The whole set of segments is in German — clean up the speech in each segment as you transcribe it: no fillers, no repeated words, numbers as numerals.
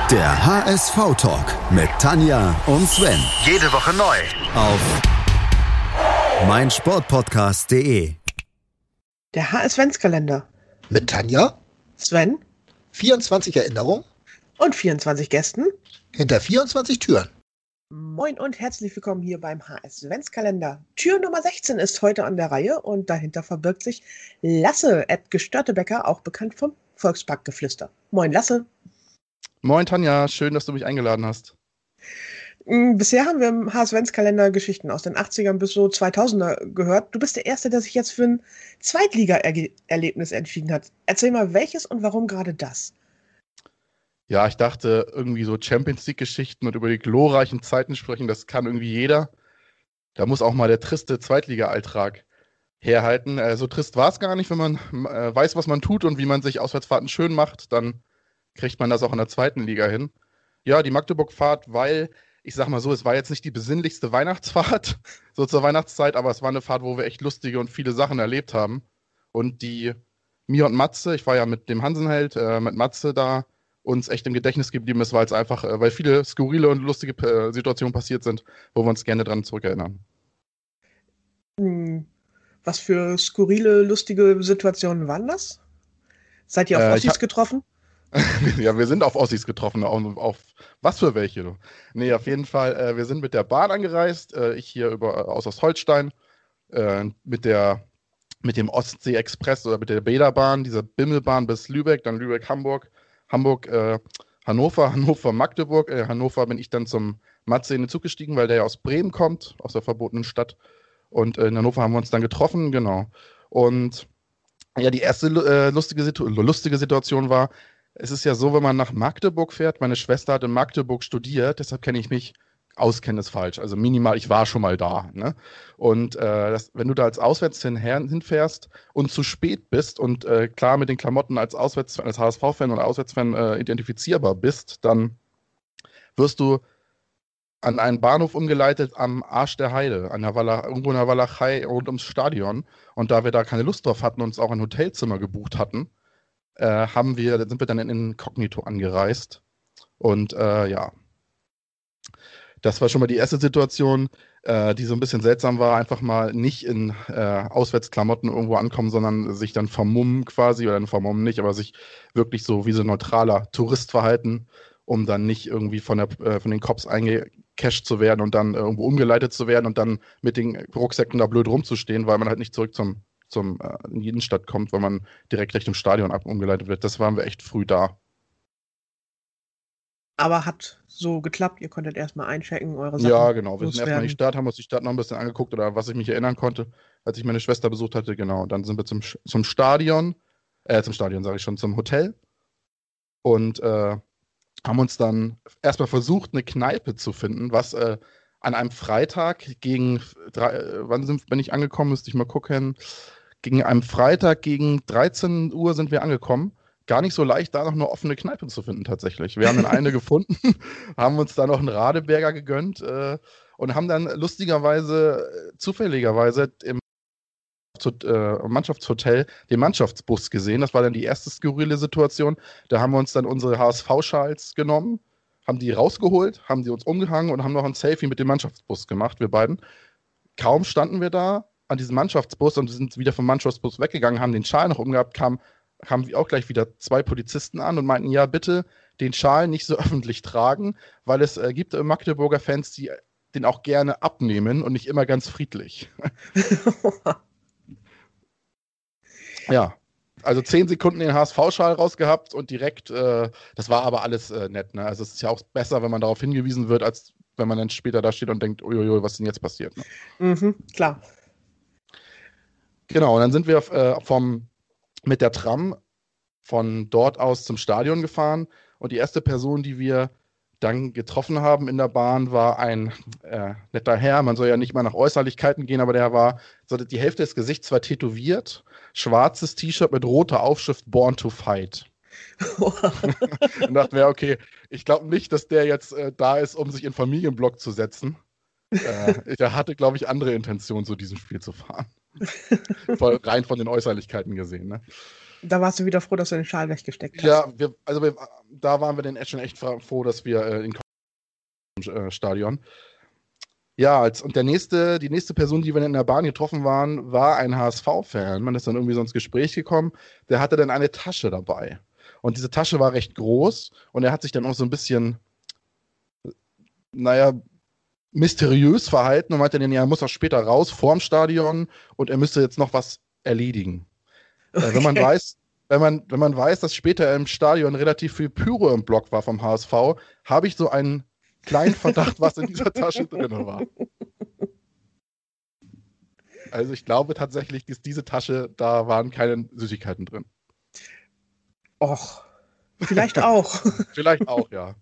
Der HSV-Talk mit Tanja und Sven. Jede Woche neu. Auf meinsportpodcast.de. Der HS-Kalender. Mit Tanja, Sven 24 Erinnerungen und 24 Gästen. hinter 24 Türen. Moin und herzlich willkommen hier beim HS-Kalender. Tür Nummer 16 ist heute an der Reihe und dahinter verbirgt sich Lasse @Gestörtebecker, auch bekannt vom Volksparkgeflüster. Moin Lasse. Moin Tanja, schön, dass du mich eingeladen hast. Bisher haben wir im HS-Kalender Geschichten aus den 80ern bis so 2000er gehört. Du bist der Erste, der sich jetzt für ein Zweitliga-Erlebnis entschieden hat. Erzähl mal, welches und warum gerade das? Ja, ich dachte, irgendwie so Champions-League-Geschichten und über die glorreichen Zeiten sprechen, das kann irgendwie jeder. Da muss auch mal der triste Zweitliga-Alltag herhalten. So trist war es gar nicht, wenn man weiß, was man tut und wie man sich Auswärtsfahrten schön macht, dann kriegt man das auch in der zweiten Liga hin. Ja, die Magdeburg-Fahrt, weil, ich sag mal so, es war jetzt nicht die besinnlichste Weihnachtsfahrt, so zur Weihnachtszeit, aber es war eine Fahrt, wo wir echt lustige und viele Sachen erlebt haben. Und die mir und Matze, ich war ja mit dem Hansenheld, mit Matze da, uns echt im Gedächtnis geblieben ist, weil es einfach, weil viele skurrile und lustige Situationen passiert sind, wo wir uns gerne dran zurückerinnern. Was für skurrile, lustige Situationen waren das? Seid ihr auf Ossis getroffen? Ja, wir sind auf Ossis getroffen, auf was für welche. Du. Nee, auf jeden Fall, wir sind mit der Bahn angereist, ich hier aus Ostholstein, mit dem Ostsee-Express oder mit der Bäderbahn, dieser Bimmelbahn bis Lübeck, dann Lübeck-Hamburg, Hannover, Hannover-Magdeburg. Hannover bin ich dann zum Matze in den Zug gestiegen, weil der ja aus Bremen kommt, aus der verbotenen Stadt. Und in Hannover haben wir uns dann getroffen, genau. Und ja, die erste lustige Situation war, es ist ja so, wenn man nach Magdeburg fährt, meine Schwester hat in Magdeburg studiert, deshalb kenne ich mich, auskennen ist falsch, also minimal, ich war schon mal da. Ne? Und wenn du da als Auswärtsfan hinfährst und zu spät bist und klar mit den Klamotten als Auswärtsfan, als HSV-Fan oder Auswärtsfan identifizierbar bist, dann wirst du an einen Bahnhof umgeleitet am Arsch der Heide, irgendwo in der Walachei rund ums Stadion. Und da wir da keine Lust drauf hatten und uns auch ein Hotelzimmer gebucht hatten, sind wir dann in Inkognito angereist. Und ja, das war schon mal die erste Situation, die so ein bisschen seltsam war, einfach mal nicht in Auswärtsklamotten irgendwo ankommen, sondern sich dann vermummen quasi, oder vermummen nicht, aber sich wirklich so wie so ein neutraler Tourist verhalten, um dann nicht irgendwie von den Cops eingecasht zu werden und dann irgendwo umgeleitet zu werden und dann mit den Rucksäcken da blöd rumzustehen, weil man halt nicht zurück in die Innenstadt kommt, weil man direkt Richtung Stadion umgeleitet wird. Das waren wir echt früh da. Aber hat so geklappt, ihr konntet erstmal einchecken, eure Sachen. Ja, genau. Wir sind erstmal in die Stadt, haben uns die Stadt noch ein bisschen angeguckt oder was ich mich erinnern konnte, als ich meine Schwester besucht hatte, genau. Und dann sind wir zum Stadion sage ich schon, zum Hotel und haben uns dann erstmal versucht, eine Kneipe zu finden, was an einem Freitag bin ich angekommen, müsste ich mal gucken, gegen einem Freitag gegen 13 Uhr sind wir angekommen. Gar nicht so leicht, da noch eine offene Kneipe zu finden tatsächlich. Wir haben dann eine gefunden, haben uns da noch einen Radeberger gegönnt und haben dann zufälligerweise im Mannschaftshotel den Mannschaftsbus gesehen. Das war dann die erste skurrile Situation. Da haben wir uns dann unsere HSV-Schals genommen, haben die rausgeholt, haben die uns umgehangen und haben noch ein Selfie mit dem Mannschaftsbus gemacht, wir beiden. Kaum standen wir da an diesem Mannschaftsbus und sind wieder vom Mannschaftsbus weggegangen, haben den Schal noch umgehabt, kamen auch gleich wieder 2 Polizisten an und meinten, ja, bitte den Schal nicht so öffentlich tragen, weil es gibt Magdeburger Fans, die den auch gerne abnehmen und nicht immer ganz friedlich. Ja, also 10 Sekunden den HSV-Schal rausgehabt und direkt, das war aber alles nett, ne? Also es ist ja auch besser, wenn man darauf hingewiesen wird, als wenn man dann später da steht und denkt, uiuiui, was ist denn jetzt passiert? Ne? Klar. Genau, und dann sind wir mit der Tram von dort aus zum Stadion gefahren und die erste Person, die wir dann getroffen haben in der Bahn, war ein netter Herr. Man soll ja nicht mal nach Äußerlichkeiten gehen, aber der war, so die Hälfte des Gesichts war tätowiert, schwarzes T-Shirt mit roter Aufschrift Born to Fight. Und dachten wir, okay, ich glaube nicht, dass der jetzt da ist, um sich in Familienblock zu setzen. Der hatte, glaube ich, andere Intentionen, so diesem Spiel zu fahren. Rein von den Äußerlichkeiten gesehen, ne? Da warst du wieder froh, dass du den Schal weggesteckt hast. Ja, da waren wir dann schon echt froh, dass wir im Stadion. Ja, und die nächste Person, die wir in der Bahn getroffen waren, war ein HSV-Fan. Man ist dann irgendwie so ins Gespräch gekommen. Der hatte dann eine Tasche dabei. Und diese Tasche war recht groß und er hat sich dann auch so ein bisschen, mysteriös verhalten und meinte dann, ja, er muss auch später raus vorm Stadion und er müsste jetzt noch was erledigen. Okay. Wenn man weiß, dass später im Stadion relativ viel Pyro im Block war vom HSV, habe ich so einen kleinen Verdacht, was in dieser Tasche drin war. Also ich glaube tatsächlich, dass diese Tasche, da waren keine Süßigkeiten drin. Och, vielleicht auch. Vielleicht auch, ja.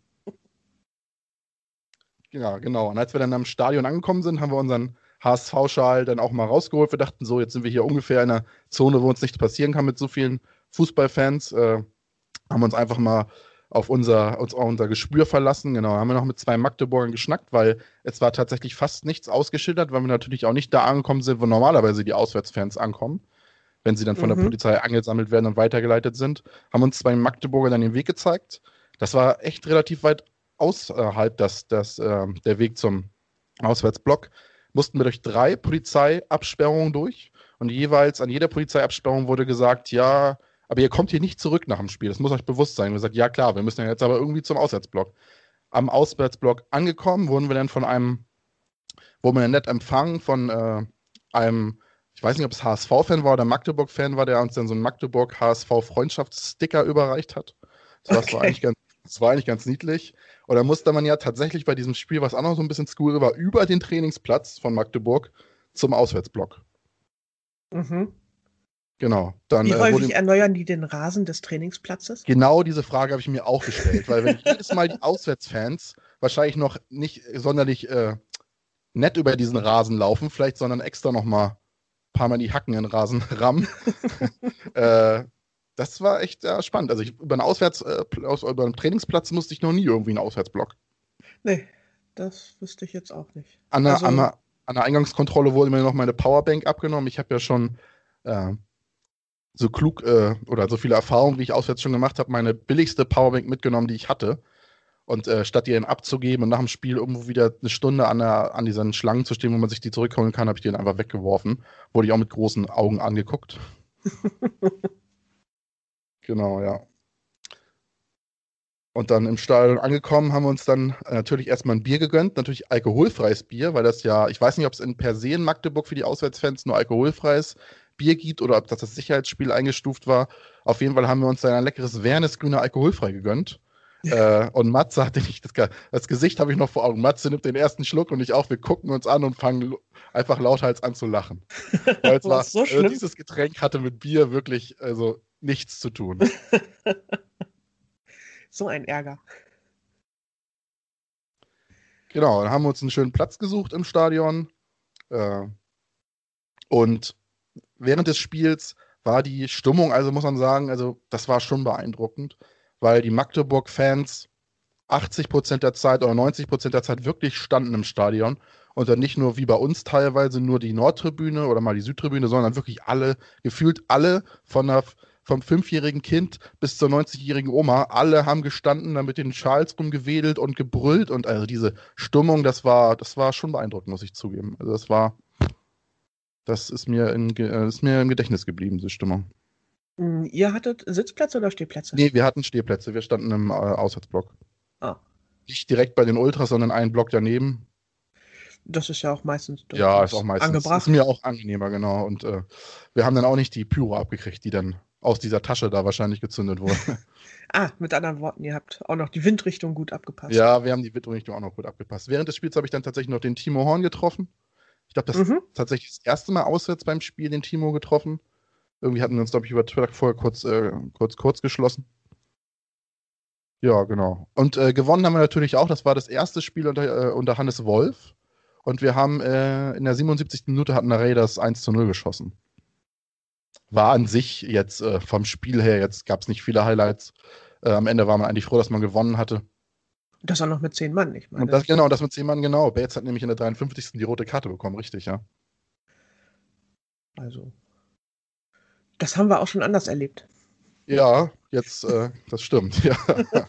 Ja, genau. Und als wir dann am Stadion angekommen sind, haben wir unseren HSV-Schal dann auch mal rausgeholt. Wir dachten so, jetzt sind wir hier ungefähr in einer Zone, wo uns nichts passieren kann mit so vielen Fußballfans. Haben uns einfach mal auf unser Gespür verlassen. Genau, haben wir noch mit 2 Magdeburgern geschnackt, weil es war tatsächlich fast nichts ausgeschildert, weil wir natürlich auch nicht da angekommen sind, wo normalerweise die Auswärtsfans ankommen, wenn sie dann von der Polizei angesammelt werden und weitergeleitet sind. Haben uns 2 Magdeburger dann den Weg gezeigt. Das war echt relativ weit außerhalb der Weg zum Auswärtsblock. Mussten wir durch 3 Polizeiabsperrungen durch und jeweils an jeder Polizeiabsperrung wurde gesagt, ja, aber ihr kommt hier nicht zurück nach dem Spiel, das muss euch bewusst sein. Und wir gesagt, ja klar, wir müssen ja jetzt aber irgendwie zum Auswärtsblock. Am Auswärtsblock angekommen, wurden wir dann nett empfangen von einem, ich weiß nicht, ob es HSV-Fan war oder Magdeburg-Fan war, der uns dann so einen Magdeburg-HSV-Freundschaftssticker überreicht hat. Das war eigentlich ganz niedlich. Und da musste man ja tatsächlich bei diesem Spiel, was auch noch so ein bisschen skurril war, über den Trainingsplatz von Magdeburg zum Auswärtsblock. Mhm. Genau. Dann, Wie häufig erneuern die den Rasen des Trainingsplatzes? Genau diese Frage habe ich mir auch gestellt, weil wenn jedes Mal die Auswärtsfans wahrscheinlich noch nicht sonderlich nett über diesen Rasen laufen, vielleicht, sondern extra noch mal ein paar Mal die Hacken in den Rasen rammen. Das war echt spannend. Also über einen Trainingsplatz musste ich noch nie irgendwie einen Auswärtsblock. Nee, das wüsste ich jetzt auch nicht. An der Eingangskontrolle wurde mir noch meine Powerbank abgenommen. Ich habe ja schon so klug oder so viele Erfahrungen, wie ich auswärts schon gemacht habe, meine billigste Powerbank mitgenommen, die ich hatte. Und statt die dann abzugeben und nach dem Spiel irgendwo wieder eine Stunde an diesen Schlangen zu stehen, wo man sich die zurückholen kann, habe ich die dann einfach weggeworfen. Wurde ich auch mit großen Augen angeguckt. Genau, ja. Und dann im Stadion angekommen, haben wir uns dann natürlich erstmal ein Bier gegönnt, natürlich alkoholfreies Bier, weil das ja, ich weiß nicht, ob es per se in Magdeburg für die Auswärtsfans nur alkoholfreies Bier gibt oder ob das Sicherheitsspiel eingestuft war. Auf jeden Fall haben wir uns dann ein leckeres Wernesgrüner alkoholfrei gegönnt. Und Matze hatte nicht, das Gesicht habe ich noch vor Augen. Matze nimmt den ersten Schluck und ich auch, wir gucken uns an und fangen einfach lauthals an zu lachen. Weil es war so schlimm. Dieses Getränk hatte mit Bier wirklich nichts zu tun. So ein Ärger. Genau, dann haben wir uns einen schönen Platz gesucht im Stadion. Und während des Spiels war die Stimmung, also muss man sagen, also das war schon beeindruckend, weil die Magdeburg-Fans 80% der Zeit oder 90% der Zeit wirklich standen im Stadion und dann nicht nur wie bei uns teilweise nur die Nordtribüne oder mal die Südtribüne, sondern wirklich gefühlt alle vom 5-jährigen Kind bis zur 90-jährigen Oma, alle haben gestanden, dann mit den Schals rumgewedelt und gebrüllt und also diese Stimmung, das war schon beeindruckend, muss ich zugeben. Also das ist mir im Gedächtnis geblieben, diese Stimmung. Ihr hattet Sitzplätze oder Stehplätze? Nee, wir hatten Stehplätze, wir standen im Auswärtsblock. Ah. Nicht direkt bei den Ultras, sondern einen Block daneben. Das ist ja auch meistens ist auch meistens angebracht. Ist mir auch angenehmer, genau. Und wir haben dann auch nicht die Pyro abgekriegt, die dann aus dieser Tasche da wahrscheinlich gezündet wurde. Mit anderen Worten, ihr habt auch noch die Windrichtung gut abgepasst. Ja, wir haben die Windrichtung auch noch gut abgepasst. Während des Spiels habe ich dann tatsächlich noch den Timo Horn getroffen. Ich glaube, das ist tatsächlich das erste Mal auswärts beim Spiel den Timo getroffen. Irgendwie hatten wir uns, glaube ich, über Twitter vorher kurz geschlossen. Ja, genau. Und gewonnen haben wir natürlich auch. Das war das erste Spiel unter Hannes Wolf. Und wir haben in der 77. Minute hatten der Raiders 1:0 geschossen. War an sich jetzt vom Spiel her, jetzt gab es nicht viele Highlights. Am Ende war man eigentlich froh, dass man gewonnen hatte. Das auch noch mit 10 Mann, ich meine. Und das mit 10 Mann, genau. Bates hat nämlich in der 53. die rote Karte bekommen, richtig, ja. Also, das haben wir auch schon anders erlebt. Ja, jetzt, das stimmt, ja.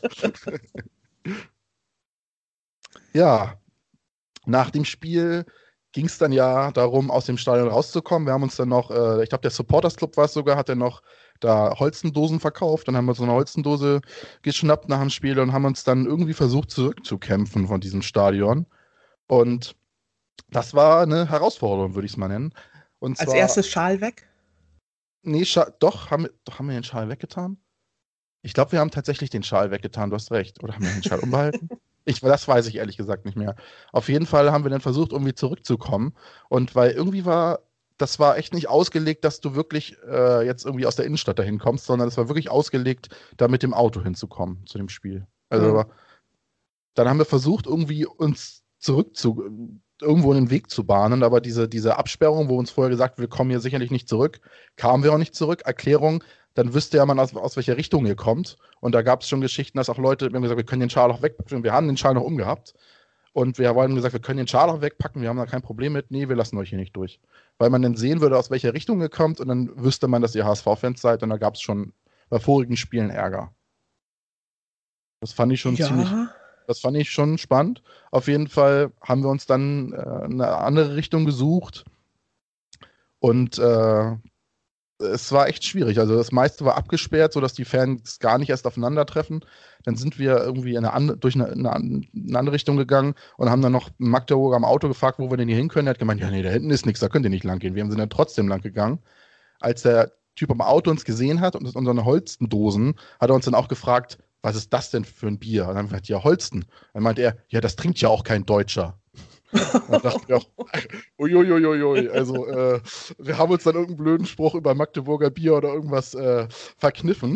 Ja, nach dem Spiel ging es dann ja darum, aus dem Stadion rauszukommen. Wir haben uns dann noch, ich glaube, der Supporters Club war es sogar, hat dann noch da Holzendosen verkauft. Dann haben wir so eine Holzendose geschnappt nach dem Spiel und haben uns dann irgendwie versucht zurückzukämpfen von diesem Stadion. Und das war eine Herausforderung, würde ich es mal nennen. Und Als zwar, erstes Schal weg. nee, haben wir den Schal weggetan? Ich glaube, wir haben tatsächlich den Schal weggetan, du hast recht. Oder haben wir den Schal umbehalten? Das weiß ich ehrlich gesagt nicht mehr. Auf jeden Fall haben wir dann versucht, irgendwie zurückzukommen. Und weil irgendwie das war echt nicht ausgelegt, dass du wirklich jetzt irgendwie aus der Innenstadt dahin kommst, sondern es war wirklich ausgelegt, da mit dem Auto hinzukommen zu dem Spiel. Also dann haben wir versucht, irgendwie uns irgendwo einen Weg zu bahnen, aber diese Absperrung, wo uns vorher gesagt, wir kommen hier sicherlich nicht zurück, kamen wir auch nicht zurück. Erklärung, dann wüsste ja man, aus welcher Richtung ihr kommt. Und da gab es schon Geschichten, dass auch Leute, wir haben gesagt, wir können den Schal auch wegpacken. Wir haben den Schal noch umgehabt. Und wir haben gesagt, wir können den Schal auch wegpacken, wir haben da kein Problem mit. Nee, wir lassen euch hier nicht durch. Weil man dann sehen würde, aus welcher Richtung ihr kommt und dann wüsste man, dass ihr HSV-Fans seid. Und da gab es schon bei vorigen Spielen Ärger. Das fand ich schon das fand ich schon spannend. Auf jeden Fall haben wir uns dann eine andere Richtung gesucht. Und es war echt schwierig. Also das meiste war abgesperrt, sodass die Fans gar nicht erst aufeinandertreffen. Dann sind wir irgendwie durch eine andere Richtung gegangen und haben dann noch einen Magdeburger am Auto gefragt, wo wir denn hier hin können. Er hat gemeint, ja, nee, da hinten ist nichts, da könnt ihr nicht lang gehen. Wir sind dann trotzdem lang gegangen. Als der Typ am Auto uns gesehen hat und unsere Holstendosen, hat er uns dann auch gefragt, was ist das denn für ein Bier? Und dann haben wir gesagt, ja, Holsten. Dann meinte er, ja, das trinkt ja auch kein Deutscher. Da dachte ich auch, uiuiuiui. Also, wir haben uns dann irgendeinen blöden Spruch über Magdeburger Bier oder irgendwas verkniffen.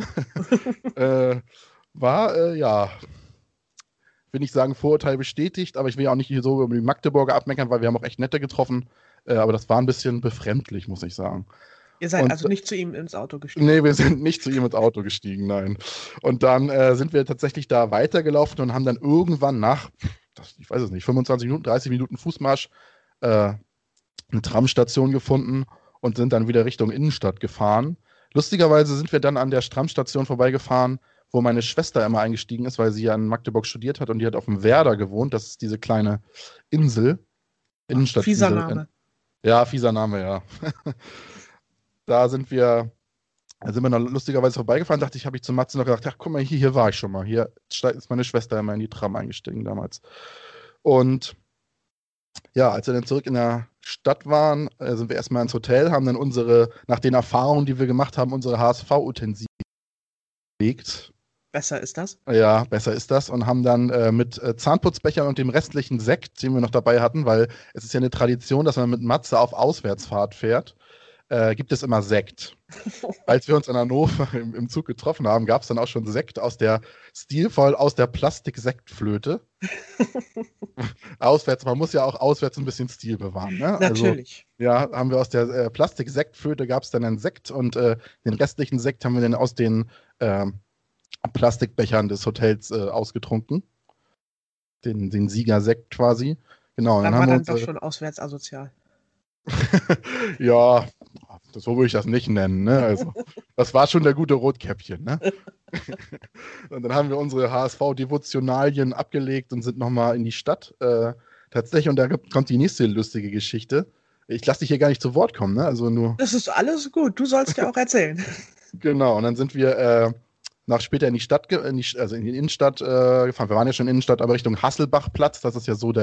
Ja, will nicht sagen, Vorurteil bestätigt, aber ich will ja auch nicht hier so über die Magdeburger abmeckern, weil wir haben auch echt nette getroffen. Aber das war ein bisschen befremdlich, muss ich sagen. Ihr seid also nicht zu ihm ins Auto gestiegen? Nee, wir sind nicht zu ihm ins Auto gestiegen, nein. Und dann sind wir tatsächlich da weitergelaufen und haben dann irgendwann ich weiß es nicht, 25 Minuten, 30 Minuten Fußmarsch eine Tramstation gefunden und sind dann wieder Richtung Innenstadt gefahren. Lustigerweise sind wir dann an der Tramstation vorbeigefahren, wo meine Schwester immer eingestiegen ist, weil sie ja in Magdeburg studiert hat und die hat auf dem Werder gewohnt. Das ist diese kleine Insel. Innenstadtinsel. Fieser Name. Ja, fieser Name, ja. Da sind wir noch lustigerweise vorbeigefahren, habe ich zu Matze noch gedacht, ach guck mal, hier war ich schon mal. Hier ist meine Schwester immer in die Tram eingestiegen damals. Und ja, als wir dann zurück in der Stadt waren, sind wir erstmal ins Hotel, haben dann nach den Erfahrungen, die wir gemacht haben, unsere HSV-Utensilien gelegt. Besser ist das? Ja, besser ist das. Und haben dann mit Zahnputzbechern und dem restlichen Sekt, den wir noch dabei hatten, weil es ist ja eine Tradition, dass man mit Matze auf Auswärtsfahrt fährt, gibt es immer Sekt. Als wir uns in Hannover im Zug getroffen haben, gab es dann auch schon Sekt stilvoll aus der Plastik-Sektflöte. Auswärts, man muss ja auch auswärts ein bisschen Stil bewahren. Ne? Natürlich. Also, ja, haben wir aus der Plastik-Sektflöte gab es dann einen Sekt und den restlichen Sekt haben wir dann aus den Plastikbechern des Hotels ausgetrunken. Den Siegersekt quasi. Genau. Dann war dann doch schon auswärts asozial. Ja, so würde ich das nicht nennen. Ne? Also, das war schon der gute Rotkäppchen. Ne? Und dann haben wir unsere HSV-Devotionalien abgelegt und sind nochmal in die Stadt. Tatsächlich, und da kommt die nächste lustige Geschichte. Ich lasse dich hier gar nicht zu Wort kommen. Ne? Also nur. Das ist alles gut, du sollst ja auch erzählen. Genau, und dann sind wir später in die Stadt, also in die Innenstadt gefahren. Wir waren ja schon in der Innenstadt, aber Richtung Hasselbachplatz. Das ist ja so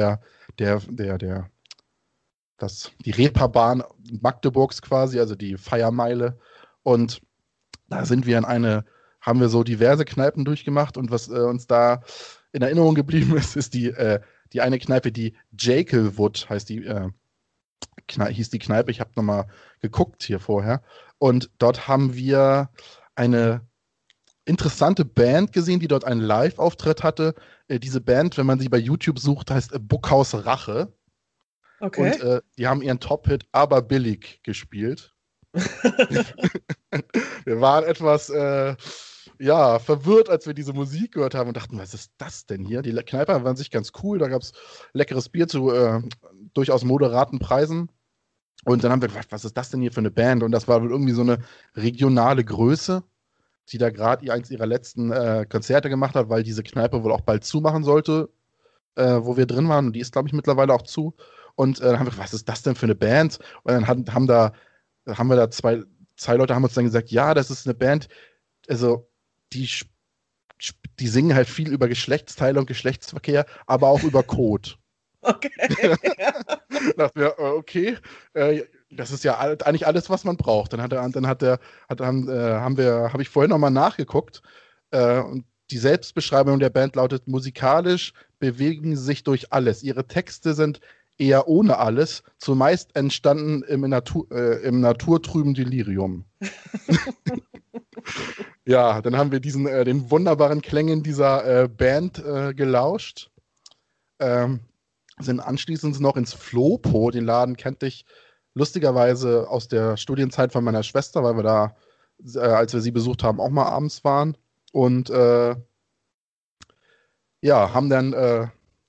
die Reeperbahn Magdeburgs quasi, also die Feiermeile. Und da haben wir so diverse Kneipen durchgemacht und was uns da in Erinnerung geblieben ist die eine Kneipe, die Jekyllwood hieß die Kneipe. Ich habe nochmal geguckt hier vorher. Und dort haben wir eine interessante Band gesehen, die dort einen Live-Auftritt hatte. Diese Band, wenn man sie bei YouTube sucht, heißt Buckhaus Rache. Okay. Und die haben ihren Top-Hit Aber billig gespielt. Wir waren etwas verwirrt, als wir diese Musik gehört haben und dachten, was ist das denn hier? Die Kneipe war an sich ganz cool, da gab es leckeres Bier zu durchaus moderaten Preisen. Und dann haben wir gefragt, was ist das denn hier für eine Band? Und das war wohl irgendwie so eine regionale Größe. die da gerade eins ihrer letzten Konzerte gemacht hat, weil diese Kneipe wohl auch bald zumachen sollte, wo wir drin waren. Und die ist, glaube ich, mittlerweile auch zu. Und dann haben wir gefragt, was ist das denn für eine Band? Und dann haben wir da zwei Leute haben uns dann gesagt, ja, das ist eine Band, also die singen halt viel über Geschlechtsteile und Geschlechtsverkehr, aber auch über Code. Okay. Dachten wir, okay, das ist ja eigentlich alles, was man braucht. Habe ich vorhin nochmal nachgeguckt. Und die Selbstbeschreibung der Band lautet: Musikalisch bewegen sie sich durch alles. Ihre Texte sind eher ohne alles, zumeist entstanden im naturtrüben Delirium. Ja, dann haben wir den wunderbaren Klängen dieser Band gelauscht. Sind anschließend noch ins Flopo, den Laden kannte ich lustigerweise aus der Studienzeit von meiner Schwester, weil wir da, als wir sie besucht haben, auch mal abends waren. Und haben dann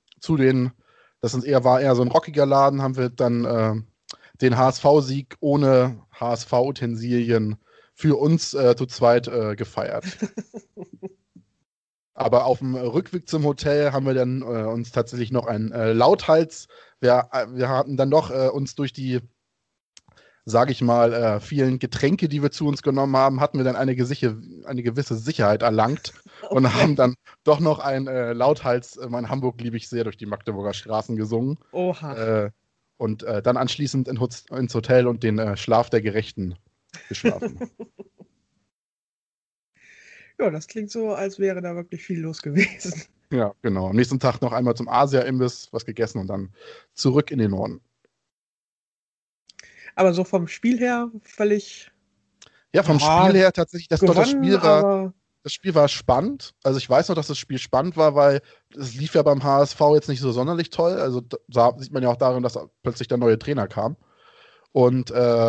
war eher so ein rockiger Laden, haben wir dann den HSV-Sieg ohne HSV-Utensilien für uns zu zweit gefeiert. Aber auf dem Rückweg zum Hotel haben wir dann uns tatsächlich noch einen Lauthals. Wir hatten dann doch uns durch die, sage ich mal, vielen Getränke, die wir zu uns genommen haben, hatten wir dann eine gewisse Sicherheit erlangt und haben dann doch noch ein Lauthals, mein Hamburg liebe ich sehr, durch die Magdeburger Straßen gesungen. Oha. Und dann anschließend ins Hotel und den Schlaf der Gerechten geschlafen. Ja, das klingt so, als wäre da wirklich viel los gewesen. Ja, genau. Am nächsten Tag noch einmal zum Asia-Imbiss was gegessen und dann zurück in den Norden. Aber so vom Spiel her völlig. Ja, vom Spiel her tatsächlich. Das Spiel war spannend. Also ich weiß noch, dass das Spiel spannend war, weil es lief ja beim HSV jetzt nicht so sonderlich toll. Also da sieht man ja auch darin, dass plötzlich der neue Trainer kam. Und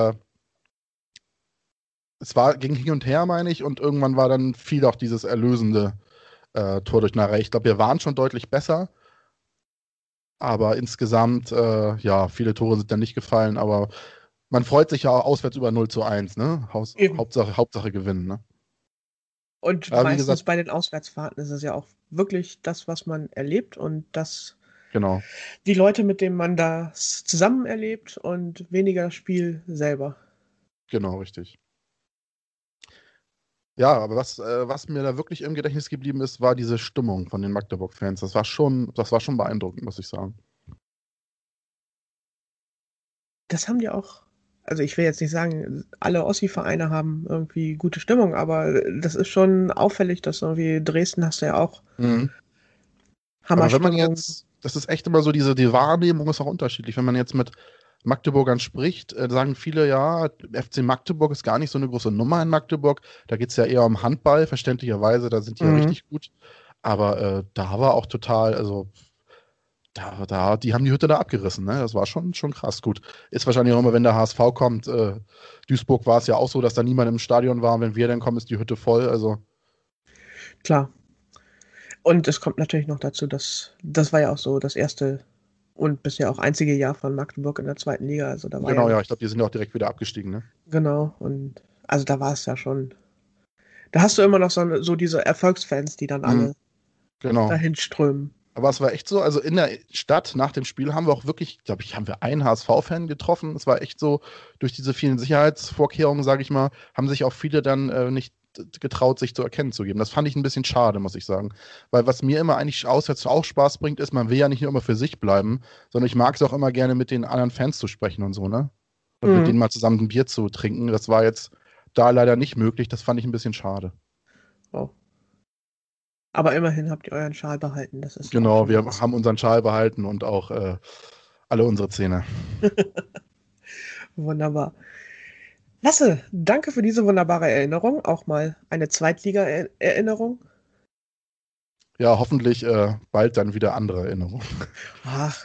ging hin und her, meine ich, und irgendwann war dann viel auch dieses erlösende Tor durch Narey. Ich glaube, wir waren schon deutlich besser, aber insgesamt, viele Tore sind dann nicht gefallen, aber man freut sich ja auch auswärts über 0:1, ne? Hauptsache gewinnen, ne? Und aber meistens gesagt, bei den Auswärtsfahrten ist es ja auch wirklich das, was man erlebt und das genau. Die Leute, mit denen man das zusammen erlebt und weniger das Spiel selber. Genau, richtig. Ja, aber was mir da wirklich im Gedächtnis geblieben ist, war diese Stimmung von den Magdeburg-Fans. Das war schon beeindruckend, muss ich sagen. Das haben die auch, also ich will jetzt nicht sagen, alle Ossi-Vereine haben irgendwie gute Stimmung, aber das ist schon auffällig, dass irgendwie Dresden hast du ja auch Hammerstimmung. Aber wenn man jetzt, das ist echt immer so, die Wahrnehmung ist auch unterschiedlich. Wenn man jetzt mit Magdeburgern spricht, sagen viele, ja, FC Magdeburg ist gar nicht so eine große Nummer in Magdeburg. Da geht es ja eher um Handball, verständlicherweise, da sind die ja richtig gut. Aber da war auch total, also die haben die Hütte da abgerissen, ne? Das war schon krass gut. Ist wahrscheinlich auch immer, wenn der HSV kommt, Duisburg war es ja auch so, dass da niemand im Stadion war. Wenn wir dann kommen, ist die Hütte voll, also. Klar. Und es kommt natürlich noch dazu, dass das war ja auch so das erste und bisher auch einzige Jahr von Magdeburg in der zweiten Liga. Also da war genau, ja, ich glaube, die sind ja auch direkt wieder abgestiegen, ne? Genau, und also da war es ja schon. Da hast du immer noch so diese Erfolgsfans, die dann alle dahin strömen. Aber es war echt so, also in der Stadt nach dem Spiel haben wir auch wirklich, glaube ich, haben wir einen HSV-Fan getroffen. Es war echt so, durch diese vielen Sicherheitsvorkehrungen, sage ich mal, haben sich auch viele dann nicht getraut, sich zu erkennen zu geben. Das fand ich ein bisschen schade, muss ich sagen. Weil was mir immer eigentlich auswärts auch Spaß bringt, ist, man will ja nicht nur immer für sich bleiben, sondern ich mag es auch immer gerne, mit den anderen Fans zu sprechen und so, ne? Und mit denen mal zusammen ein Bier zu trinken. Das war jetzt da leider nicht möglich. Das fand ich ein bisschen schade. Oh. Aber immerhin habt ihr euren Schal behalten. Das ist genau, wir haben unseren Schal behalten und auch alle unsere Zähne. Wunderbar. Lasse, danke für diese wunderbare Erinnerung. Auch mal eine Zweitliga-Erinnerung. Ja, hoffentlich bald dann wieder andere Erinnerungen. Ach.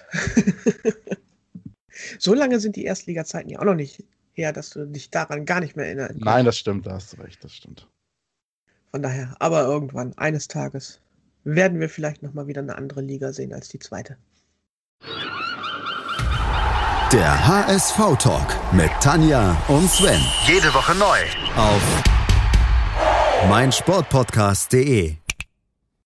So lange sind die Erstliga-Zeiten ja auch noch nicht her, dass du dich daran gar nicht mehr erinnern kannst. Nein, das stimmt, da hast du recht, das stimmt. Von daher, aber irgendwann, eines Tages, werden wir vielleicht nochmal wieder eine andere Liga sehen als die zweite. Der HSV-Talk mit Tanja und Sven. Jede Woche neu. Auf meinsportpodcast.de